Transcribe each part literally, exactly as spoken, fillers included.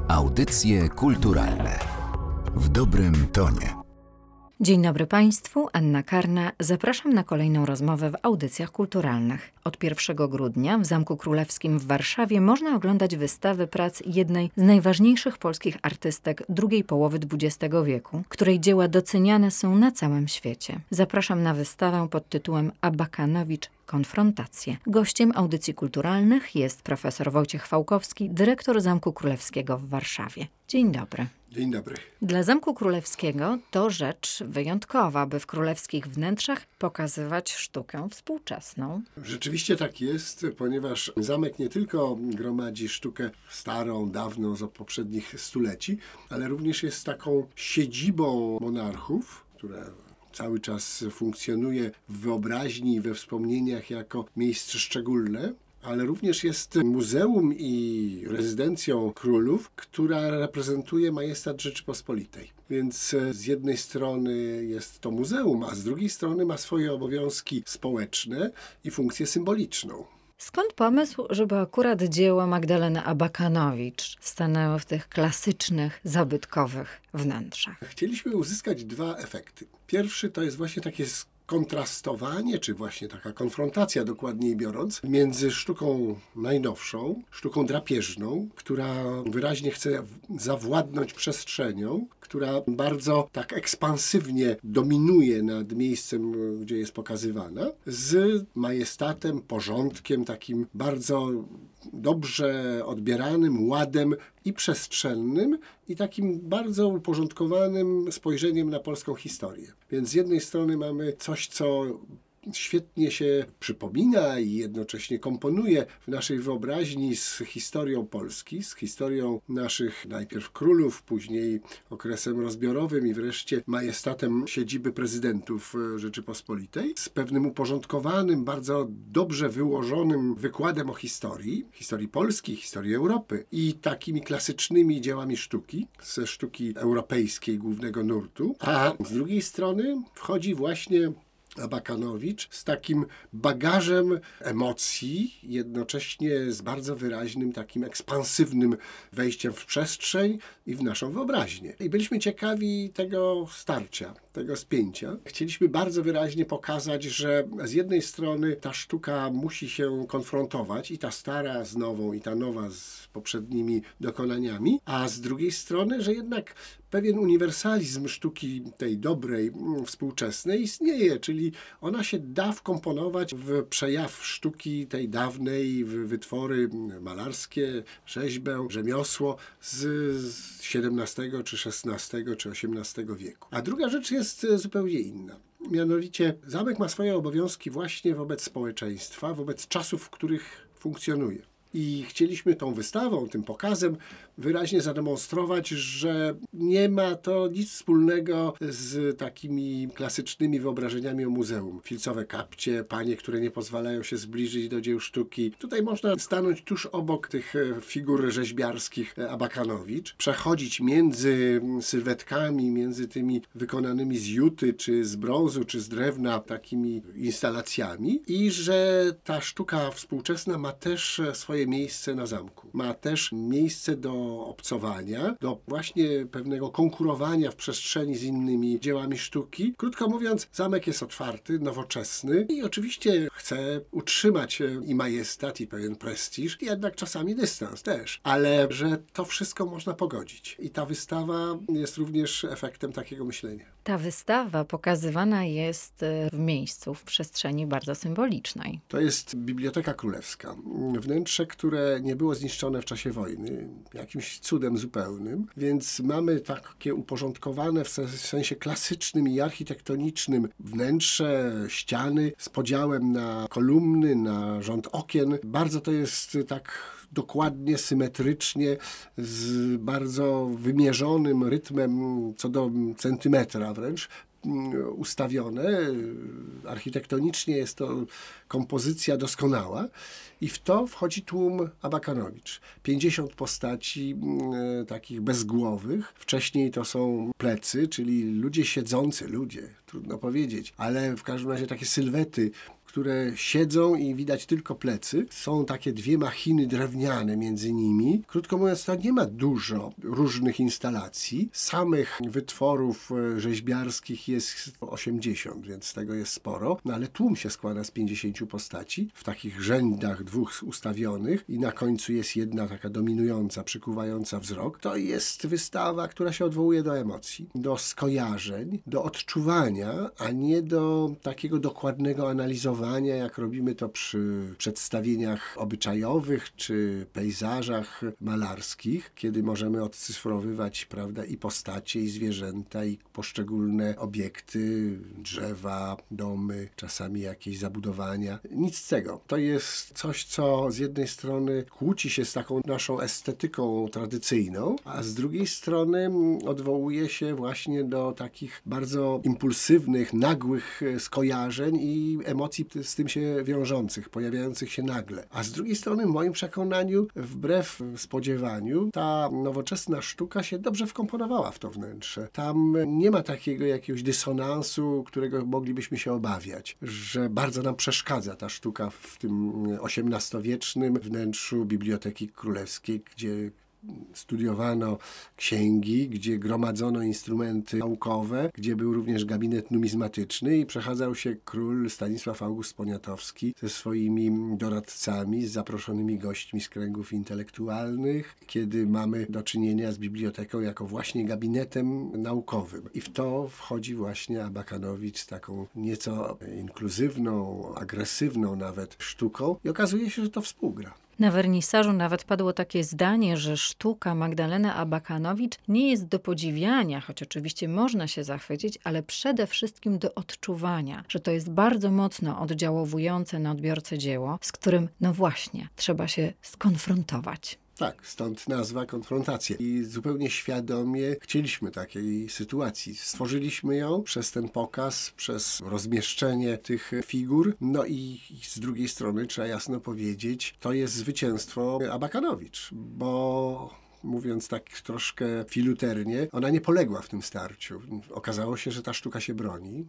Audycje kulturalne w dobrym tonie. Dzień dobry Państwu, Anna Karna. Zapraszam na kolejną rozmowę w audycjach kulturalnych. Od pierwszego grudnia w Zamku Królewskim w Warszawie można oglądać wystawę prac jednej z najważniejszych polskich artystek drugiej połowy dwudziestego wieku, której dzieła doceniane są na całym świecie. Zapraszam na wystawę pod tytułem Abakanowicz Konfrontacje. Gościem audycji kulturalnych jest profesor Wojciech Fałkowski, dyrektor Zamku Królewskiego w Warszawie. Dzień dobry. Dzień dobry. Dla Zamku Królewskiego to rzecz wyjątkowa, by w królewskich wnętrzach pokazywać sztukę współczesną. Rzeczywiście tak jest, ponieważ zamek nie tylko gromadzi sztukę starą, dawną, z poprzednich stuleci, ale również jest taką siedzibą monarchów, która cały czas funkcjonuje w wyobraźni i we wspomnieniach jako miejsce szczególne, ale również jest muzeum i rezydencją królów, która reprezentuje majestat Rzeczypospolitej. Więc z jednej strony jest to muzeum, a z drugiej strony ma swoje obowiązki społeczne i funkcję symboliczną. Skąd pomysł, żeby akurat dzieło Magdaleny Abakanowicz stanęło w tych klasycznych, zabytkowych wnętrzach? Chcieliśmy uzyskać dwa efekty. Pierwszy to jest właśnie takie kontrastowanie, czy właśnie taka konfrontacja, dokładniej biorąc, między sztuką najnowszą, sztuką drapieżną, która wyraźnie chce zawładnąć przestrzenią, która bardzo tak ekspansywnie dominuje nad miejscem, gdzie jest pokazywana, z majestatem, porządkiem, takim bardzo dobrze odbieranym, ładem i przestrzennym, i takim bardzo uporządkowanym spojrzeniem na polską historię. Więc z jednej strony mamy coś, co świetnie się przypomina i jednocześnie komponuje w naszej wyobraźni z historią Polski, z historią naszych najpierw królów, później okresem rozbiorowym i wreszcie majestatem siedziby prezydentów Rzeczypospolitej, z pewnym uporządkowanym, bardzo dobrze wyłożonym wykładem o historii, historii Polski, historii Europy i takimi klasycznymi dziełami sztuki, ze sztuki europejskiej głównego nurtu, a z drugiej strony wchodzi właśnie Abakanowicz z takim bagażem emocji, jednocześnie z bardzo wyraźnym, takim ekspansywnym wejściem w przestrzeń i w naszą wyobraźnię. I byliśmy ciekawi tego starcia, tego spięcia. Chcieliśmy bardzo wyraźnie pokazać, że z jednej strony ta sztuka musi się konfrontować, i ta stara z nową, i ta nowa z poprzednimi dokonaniami, a z drugiej strony, że jednak pewien uniwersalizm sztuki tej dobrej, współczesnej istnieje, czyli ona się da wkomponować w przejaw sztuki tej dawnej, w wytwory malarskie, rzeźbę, rzemiosło z siedemnastego, czy szesnastego, czy osiemnastego wieku. A druga rzecz jest zupełnie inna. Mianowicie zamek ma swoje obowiązki właśnie wobec społeczeństwa, wobec czasów, w których funkcjonuje. I chcieliśmy tą wystawą, tym pokazem wyraźnie zademonstrować, że nie ma to nic wspólnego z takimi klasycznymi wyobrażeniami o muzeum. Filcowe kapcie, panie, które nie pozwalają się zbliżyć do dzieł sztuki. Tutaj można stanąć tuż obok tych figur rzeźbiarskich Abakanowicz, przechodzić między sylwetkami, między tymi wykonanymi z juty, czy z brązu, czy z drewna takimi instalacjami, i że ta sztuka współczesna ma też swoje miejsce na zamku. Ma też miejsce do obcowania, do właśnie pewnego konkurowania w przestrzeni z innymi dziełami sztuki. Krótko mówiąc, zamek jest otwarty, nowoczesny i oczywiście chce utrzymać i majestat, i pewien prestiż, i jednak czasami dystans też. Ale że to wszystko można pogodzić. I ta wystawa jest również efektem takiego myślenia. Ta wystawa pokazywana jest w miejscu, w przestrzeni bardzo symbolicznej. To jest Biblioteka Królewska. Wnętrze, które nie było zniszczone w czasie wojny, jakimś cudem zupełnym, więc mamy takie uporządkowane w sensie klasycznym i architektonicznym wnętrze, ściany z podziałem na kolumny, na rząd okien. Bardzo to jest tak dokładnie, symetrycznie, z bardzo wymierzonym rytmem co do centymetra wręcz ustawione. Architektonicznie jest to kompozycja doskonała i w to wchodzi tłum Abakanowicz. pięćdziesiąt postaci e, takich bezgłowych. Wcześniej to są plecy, czyli ludzie siedzący, ludzie, trudno powiedzieć, ale w każdym razie takie sylwety, które siedzą i widać tylko plecy. Są takie dwie machiny drewniane między nimi. Krótko mówiąc, to nie ma dużo różnych instalacji. Samych wytworów rzeźbiarskich jest osiemdziesiąt, więc tego jest sporo. No ale tłum się składa z pięćdziesięciu postaci w takich rzędach dwóch ustawionych i na końcu jest jedna taka dominująca, przykuwająca wzrok. To jest wystawa, która się odwołuje do emocji, do skojarzeń, do odczuwania, a nie do takiego dokładnego analizowania, jak robimy to przy przedstawieniach obyczajowych czy pejzażach malarskich, kiedy możemy odcyfrowywać, prawda, i postacie, i zwierzęta, i poszczególne obiekty, drzewa, domy, czasami jakieś zabudowania. Nic z tego. To jest coś, co z jednej strony kłóci się z taką naszą estetyką tradycyjną, a z drugiej strony odwołuje się właśnie do takich bardzo impulsywnych, nagłych skojarzeń i emocji z tym się wiążących, pojawiających się nagle. A z drugiej strony, w moim przekonaniu, wbrew spodziewaniu, ta nowoczesna sztuka się dobrze wkomponowała w to wnętrze. Tam nie ma takiego jakiegoś dysonansu, którego moglibyśmy się obawiać, że bardzo nam przeszkadza ta sztuka w tym osiemnastowiecznym wnętrzu Biblioteki Królewskiej, gdzie studiowano księgi, gdzie gromadzono instrumenty naukowe, gdzie był również gabinet numizmatyczny i przechadzał się król Stanisław August Poniatowski ze swoimi doradcami, z zaproszonymi gośćmi z kręgów intelektualnych, kiedy mamy do czynienia z biblioteką jako właśnie gabinetem naukowym. I w to wchodzi właśnie Abakanowicz z taką nieco inkluzywną, agresywną nawet sztuką i okazuje się, że to współgra. Na wernisażu nawet padło takie zdanie, że sztuka Magdaleny Abakanowicz nie jest do podziwiania, choć oczywiście można się zachwycić, ale przede wszystkim do odczuwania, że to jest bardzo mocno oddziałowujące na odbiorcę dzieło, z którym, no właśnie, trzeba się skonfrontować. Tak, stąd nazwa konfrontacja. I zupełnie świadomie chcieliśmy takiej sytuacji. Stworzyliśmy ją przez ten pokaz, przez rozmieszczenie tych figur. No i z drugiej strony trzeba jasno powiedzieć, to jest zwycięstwo Abakanowicz, bo mówiąc tak troszkę filuternie, ona nie poległa w tym starciu. Okazało się, że ta sztuka się broni,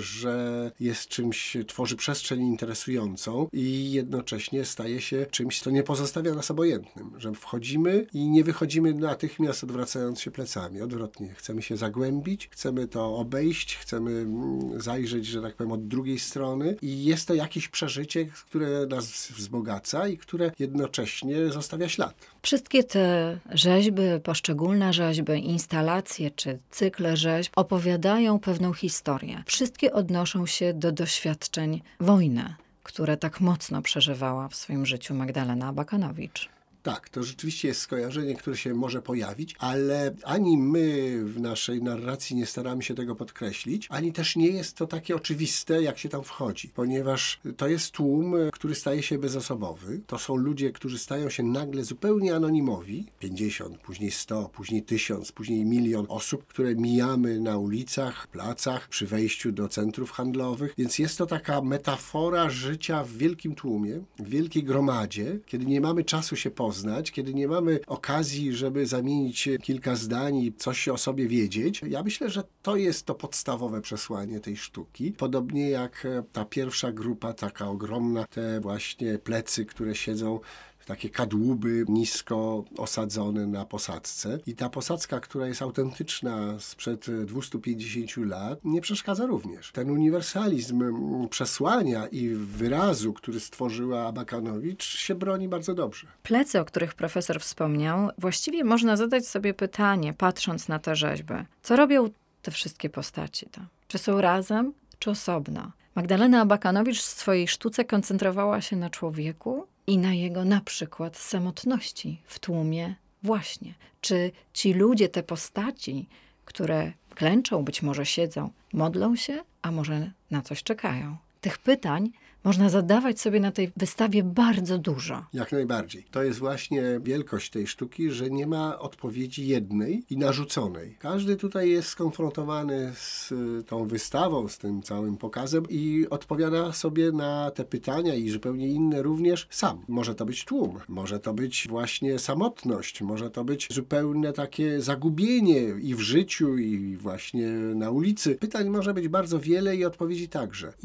że jest czymś, tworzy przestrzeń interesującą i jednocześnie staje się czymś, co nie pozostawia nas obojętnym, że wchodzimy i nie wychodzimy natychmiast odwracając się plecami. Odwrotnie, chcemy się zagłębić, chcemy to obejść, chcemy zajrzeć, że tak powiem, od drugiej strony i jest to jakieś przeżycie, które nas wzbogaca i które jednocześnie zostawia ślad. Wszystkie te rzeźby, poszczególne rzeźby, instalacje czy cykle rzeźb opowiadają pewną historię. Wszystkie odnoszą się do doświadczeń wojny, które tak mocno przeżywała w swoim życiu Magdalena Abakanowicz. Tak, to rzeczywiście jest skojarzenie, które się może pojawić, ale ani my w naszej narracji nie staramy się tego podkreślić, ani też nie jest to takie oczywiste, jak się tam wchodzi, ponieważ to jest tłum, który staje się bezosobowy. To są ludzie, którzy stają się nagle zupełnie anonimowi. pięćdziesiąt, później sto, później tysiąc, później milion osób, które mijamy na ulicach, placach, przy wejściu do centrów handlowych. Więc jest to taka metafora życia w wielkim tłumie, w wielkiej gromadzie, kiedy nie mamy czasu się poznać, kiedy nie mamy okazji, żeby zamienić kilka zdań i coś o sobie wiedzieć. Ja myślę, że to jest to podstawowe przesłanie tej sztuki. Podobnie jak ta pierwsza grupa, taka ogromna, te właśnie plecy, które siedzą, takie kadłuby nisko osadzone na posadzce. I ta posadzka, która jest autentyczna sprzed dwustu pięćdziesięciu lat, nie przeszkadza również. Ten uniwersalizm przesłania i wyrazu, który stworzyła Abakanowicz, się broni bardzo dobrze. Plecy, o których profesor wspomniał, właściwie można zadać sobie pytanie, patrząc na te rzeźby. Co robią te wszystkie postaci? To? Czy są razem, czy osobno? Magdalena Abakanowicz w swojej sztuce koncentrowała się na człowieku i na jego na przykład samotności w tłumie właśnie. Czy ci ludzie, te postaci, które klęczą, być może siedzą, modlą się, a może na coś czekają? Tych pytań można zadawać sobie na tej wystawie bardzo dużo. Jak najbardziej. To jest właśnie wielkość tej sztuki, że nie ma odpowiedzi jednej i narzuconej. Każdy tutaj jest skonfrontowany z tą wystawą, z tym całym pokazem i odpowiada sobie na te pytania i zupełnie inne również sam. Może to być tłum, może to być właśnie samotność, może to być zupełne takie zagubienie i w życiu, i właśnie na ulicy. Pytań może być bardzo wiele i odpowiedzi także. I na tym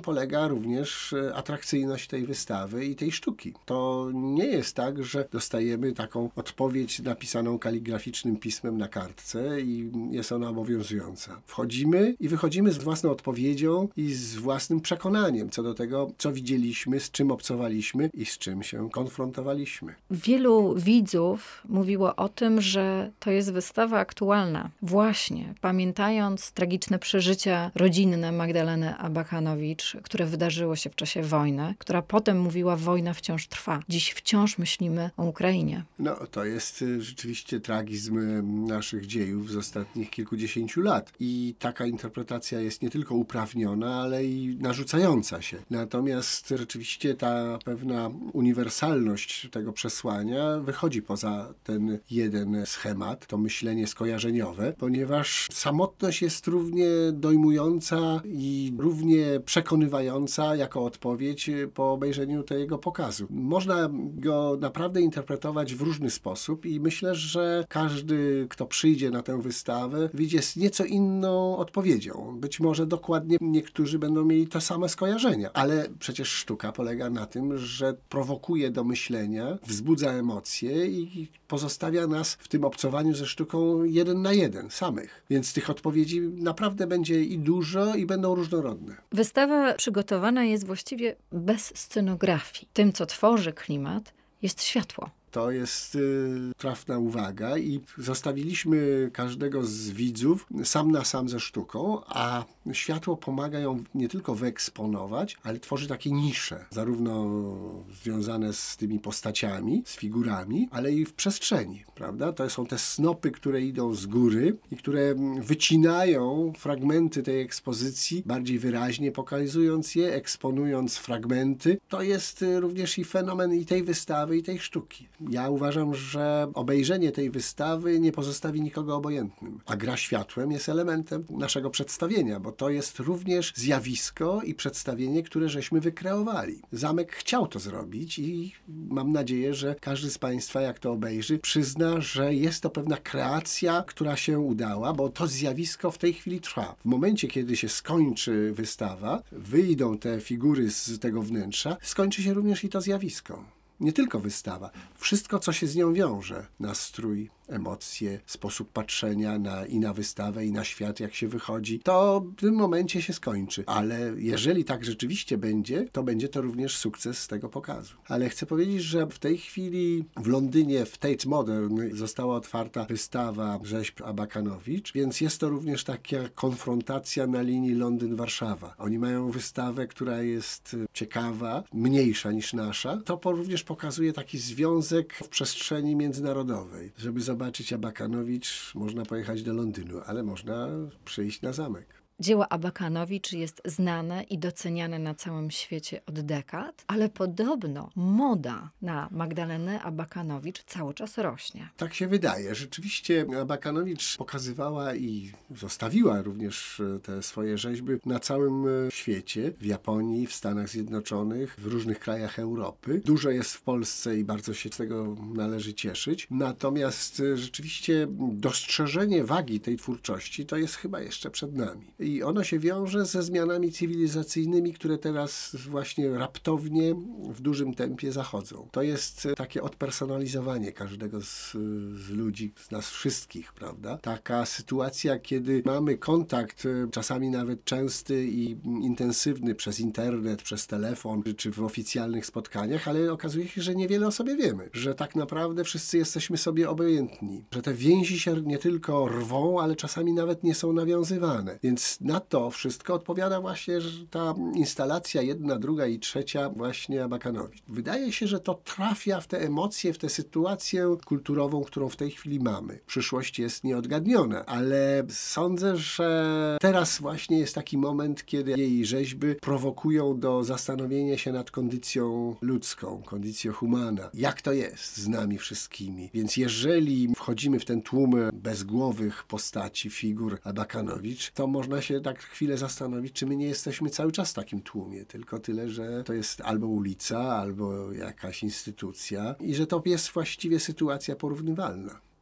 polega również atrakcyjność tej wystawy i tej sztuki. To nie jest tak, że dostajemy taką odpowiedź napisaną kaligraficznym pismem na kartce i jest ona obowiązująca. Wchodzimy i wychodzimy z własną odpowiedzią i z własnym przekonaniem co do tego, co widzieliśmy, z czym obcowaliśmy i z czym się konfrontowaliśmy. Wielu widzów mówiło o tym, że to jest wystawa aktualna. Właśnie pamiętając tragiczne przeżycia rodzinne Magdaleny Abakanowicz, które wydarzyło się w czasie wojny, która potem mówiła, wojna wciąż trwa. Dziś wciąż myślimy o Ukrainie. No, to jest y, rzeczywiście tragizm y, naszych dziejów z ostatnich kilkudziesięciu lat. I taka interpretacja jest nie tylko uprawniona, ale i narzucająca się. Natomiast rzeczywiście ta pewna uniwersalność tego przesłania wychodzi poza ten jeden schemat, to myślenie skojarzeniowe, ponieważ samotność jest równie dojmująca i równie przekonywająca jako odpowiedź po obejrzeniu tego pokazu. Można go naprawdę interpretować w różny sposób i myślę, że każdy, kto przyjdzie na tę wystawę, wyjdzie z nieco inną odpowiedzią. Być może dokładnie niektórzy będą mieli to same skojarzenia, ale przecież sztuka polega na tym, że prowokuje do myślenia, wzbudza emocje i pozostawia nas w tym obcowaniu ze sztuką jeden na jeden, samych. Więc tych odpowiedzi naprawdę będzie i dużo i będą różnorodne. Wystawa przygotowana jest właściwie bez scenografii. Tym, co tworzy klimat, jest światło. To jest y, trafna uwaga i zostawiliśmy każdego z widzów sam na sam ze sztuką, a światło pomaga ją nie tylko wyeksponować, ale tworzy takie nisze, zarówno związane z tymi postaciami, z figurami, ale i w przestrzeni, prawda? To są te snopy, które idą z góry i które wycinają fragmenty tej ekspozycji, bardziej wyraźnie pokazując je, eksponując fragmenty. To jest również i fenomen i tej wystawy, i tej sztuki. Ja uważam, że obejrzenie tej wystawy nie pozostawi nikogo obojętnym, a gra światłem jest elementem naszego przedstawienia, bo to jest również zjawisko i przedstawienie, które żeśmy wykreowali. Zamek chciał to zrobić i mam nadzieję, że każdy z Państwa, jak to obejrzy, przyzna, że jest to pewna kreacja, która się udała, bo to zjawisko w tej chwili trwa. W momencie, kiedy się skończy wystawa, wyjdą te figury z tego wnętrza, skończy się również i to zjawisko. Nie tylko wystawa, wszystko, co się z nią wiąże, nastrój, emocje, sposób patrzenia na, i na wystawę, i na świat, jak się wychodzi, to w tym momencie się skończy. Ale jeżeli tak rzeczywiście będzie, to będzie to również sukces tego pokazu. Ale chcę powiedzieć, że w tej chwili w Londynie, w Tate Modern została otwarta wystawa rzeźb Abakanowicz, więc jest to również taka konfrontacja na linii Londyn-Warszawa. Oni mają wystawę, która jest ciekawa, mniejsza niż nasza. To również pokazuje taki związek w przestrzeni międzynarodowej. Żeby zobaczyć Abakanowicz, można pojechać do Londynu, ale można przyjść na zamek. Dzieło Abakanowicz jest znane i doceniane na całym świecie od dekad, ale podobno moda na Magdalenę Abakanowicz cały czas rośnie. Tak się wydaje. Rzeczywiście Abakanowicz pokazywała i zostawiła również te swoje rzeźby na całym świecie, w Japonii, w Stanach Zjednoczonych, w różnych krajach Europy. Dużo jest w Polsce i bardzo się z tego należy cieszyć. Natomiast rzeczywiście dostrzeżenie wagi tej twórczości to jest chyba jeszcze przed nami. I ono się wiąże ze zmianami cywilizacyjnymi, które teraz właśnie raptownie, w dużym tempie zachodzą. To jest takie odpersonalizowanie każdego z, z ludzi, z nas wszystkich, prawda? Taka sytuacja, kiedy mamy kontakt, czasami nawet częsty i intensywny przez internet, przez telefon, czy w oficjalnych spotkaniach, ale okazuje się, że niewiele o sobie wiemy. Że tak naprawdę wszyscy jesteśmy sobie obojętni. Że te więzi się nie tylko rwą, ale czasami nawet nie są nawiązywane. Więc na to wszystko odpowiada właśnie że ta instalacja jedna, druga i trzecia właśnie Abakanowicz. Wydaje się, że to trafia w te emocje, w tę sytuację kulturową, którą w tej chwili mamy. Przyszłość jest nieodgadniona, ale sądzę, że teraz właśnie jest taki moment, kiedy jej rzeźby prowokują do zastanowienia się nad kondycją ludzką, kondycją humana. Jak to jest z nami wszystkimi? Więc jeżeli wchodzimy w ten tłum bezgłowych postaci, figur Abakanowicz, to można się tak chwilę zastanowić, czy my nie jesteśmy cały czas w takim tłumie, tylko tyle, że to jest albo ulica, albo jakaś instytucja i że to jest właściwie sytuacja porównywalna.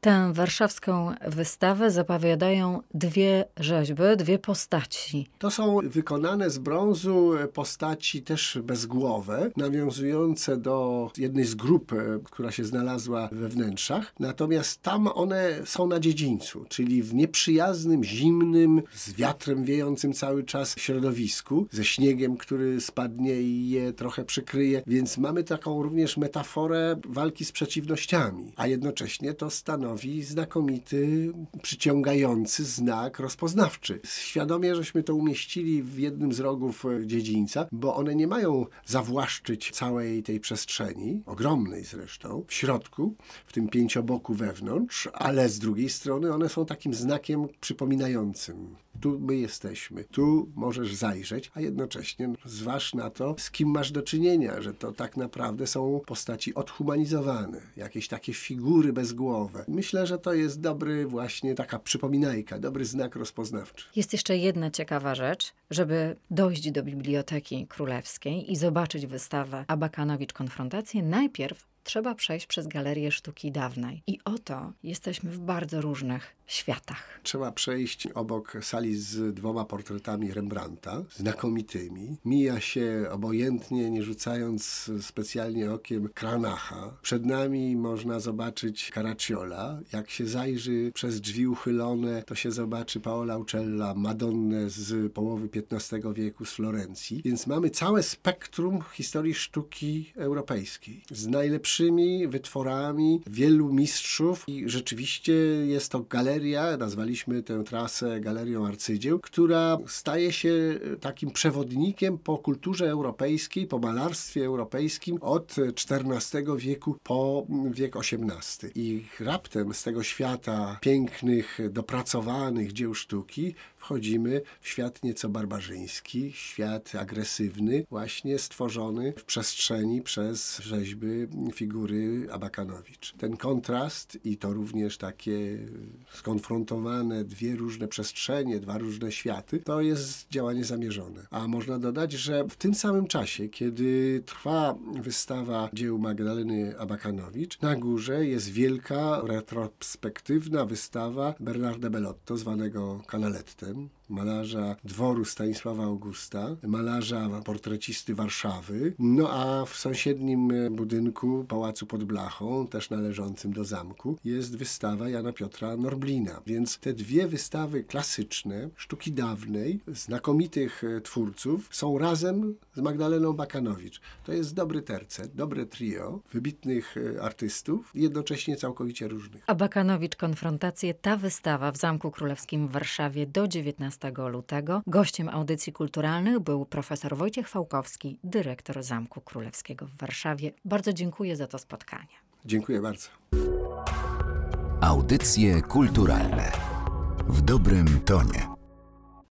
Tę warszawską wystawę zapowiadają dwie rzeźby, dwie postaci. To są wykonane z brązu postaci też bezgłowe, nawiązujące do jednej z grup, która się znalazła we wnętrzach. Natomiast tam one są na dziedzińcu, czyli w nieprzyjaznym, zimnym, z wiatrem wiejącym cały czas środowisku, ze śniegiem, który spadnie i je trochę przykryje. Więc mamy taką również metaforę walki z przeciwnościami, a jednocześnie to stanowi znakomity, przyciągający znak rozpoznawczy. Świadomie żeśmy to umieścili w jednym z rogów dziedzińca, bo one nie mają zawłaszczyć całej tej przestrzeni, ogromnej zresztą, w środku, w tym pięcioboku wewnątrz, ale z drugiej strony one są takim znakiem przypominającym. Tu my jesteśmy, tu możesz zajrzeć, a jednocześnie zważ na to, z kim masz do czynienia, że to tak naprawdę są postaci odhumanizowane, jakieś takie figury bezgłowe. Myślę, że to jest dobry właśnie taka przypominajka, dobry znak rozpoznawczy. Jest jeszcze jedna ciekawa rzecz, żeby dojść do Biblioteki Królewskiej i zobaczyć wystawę Abakanowicz Konfrontacje, najpierw trzeba przejść przez Galerię Sztuki Dawnej. I oto jesteśmy w bardzo różnych światach. Trzeba przejść obok sali z dwoma portretami Rembrandta, znakomitymi. Mija się obojętnie, nie rzucając specjalnie okiem, Cranacha. Przed nami można zobaczyć Caracciola. Jak się zajrzy przez drzwi uchylone, to się zobaczy Paola Ucella, Madonnę z połowy piętnastego wieku z Florencji. Więc mamy całe spektrum historii sztuki europejskiej. Z najlepszymi wytworami wielu mistrzów i rzeczywiście jest to galeria, nazwaliśmy tę trasę Galerią Arcydzieł, która staje się takim przewodnikiem po kulturze europejskiej, po malarstwie europejskim od czternastego wieku po wiek osiemnasty. I raptem z tego świata pięknych, dopracowanych dzieł sztuki wchodzimy w świat nieco barbarzyński, świat agresywny, właśnie stworzony w przestrzeni przez rzeźby figury Abakanowicz. Ten kontrast i to również takie skonfrontowane dwie różne przestrzenie, dwa różne światy, to jest działanie zamierzone. A można dodać, że w tym samym czasie, kiedy trwa wystawa dzieł Magdaleny Abakanowicz, na górze jest wielka, retrospektywna wystawa Bernarda Bellotto, zwanego Canalettem, malarza dworu Stanisława Augusta, malarza portrecisty Warszawy. No a w sąsiednim budynku Pałacu pod Blachą, też należącym do zamku, jest wystawa Jana Piotra Norblina. Więc te dwie wystawy klasyczne, sztuki dawnej, znakomitych twórców, są razem z Magdaleną Abakanowicz. To jest dobry tercet, dobre trio wybitnych artystów, jednocześnie całkowicie różnych. Abakanowicz Konfrontacje, ta wystawa w Zamku Królewskim w Warszawie do dziewiętnastego lutego. Gościem audycji kulturalnych był profesor Wojciech Fałkowski, dyrektor Zamku Królewskiego w Warszawie. Bardzo dziękuję za to spotkanie. Dziękuję bardzo. Audycje kulturalne w dobrym tonie.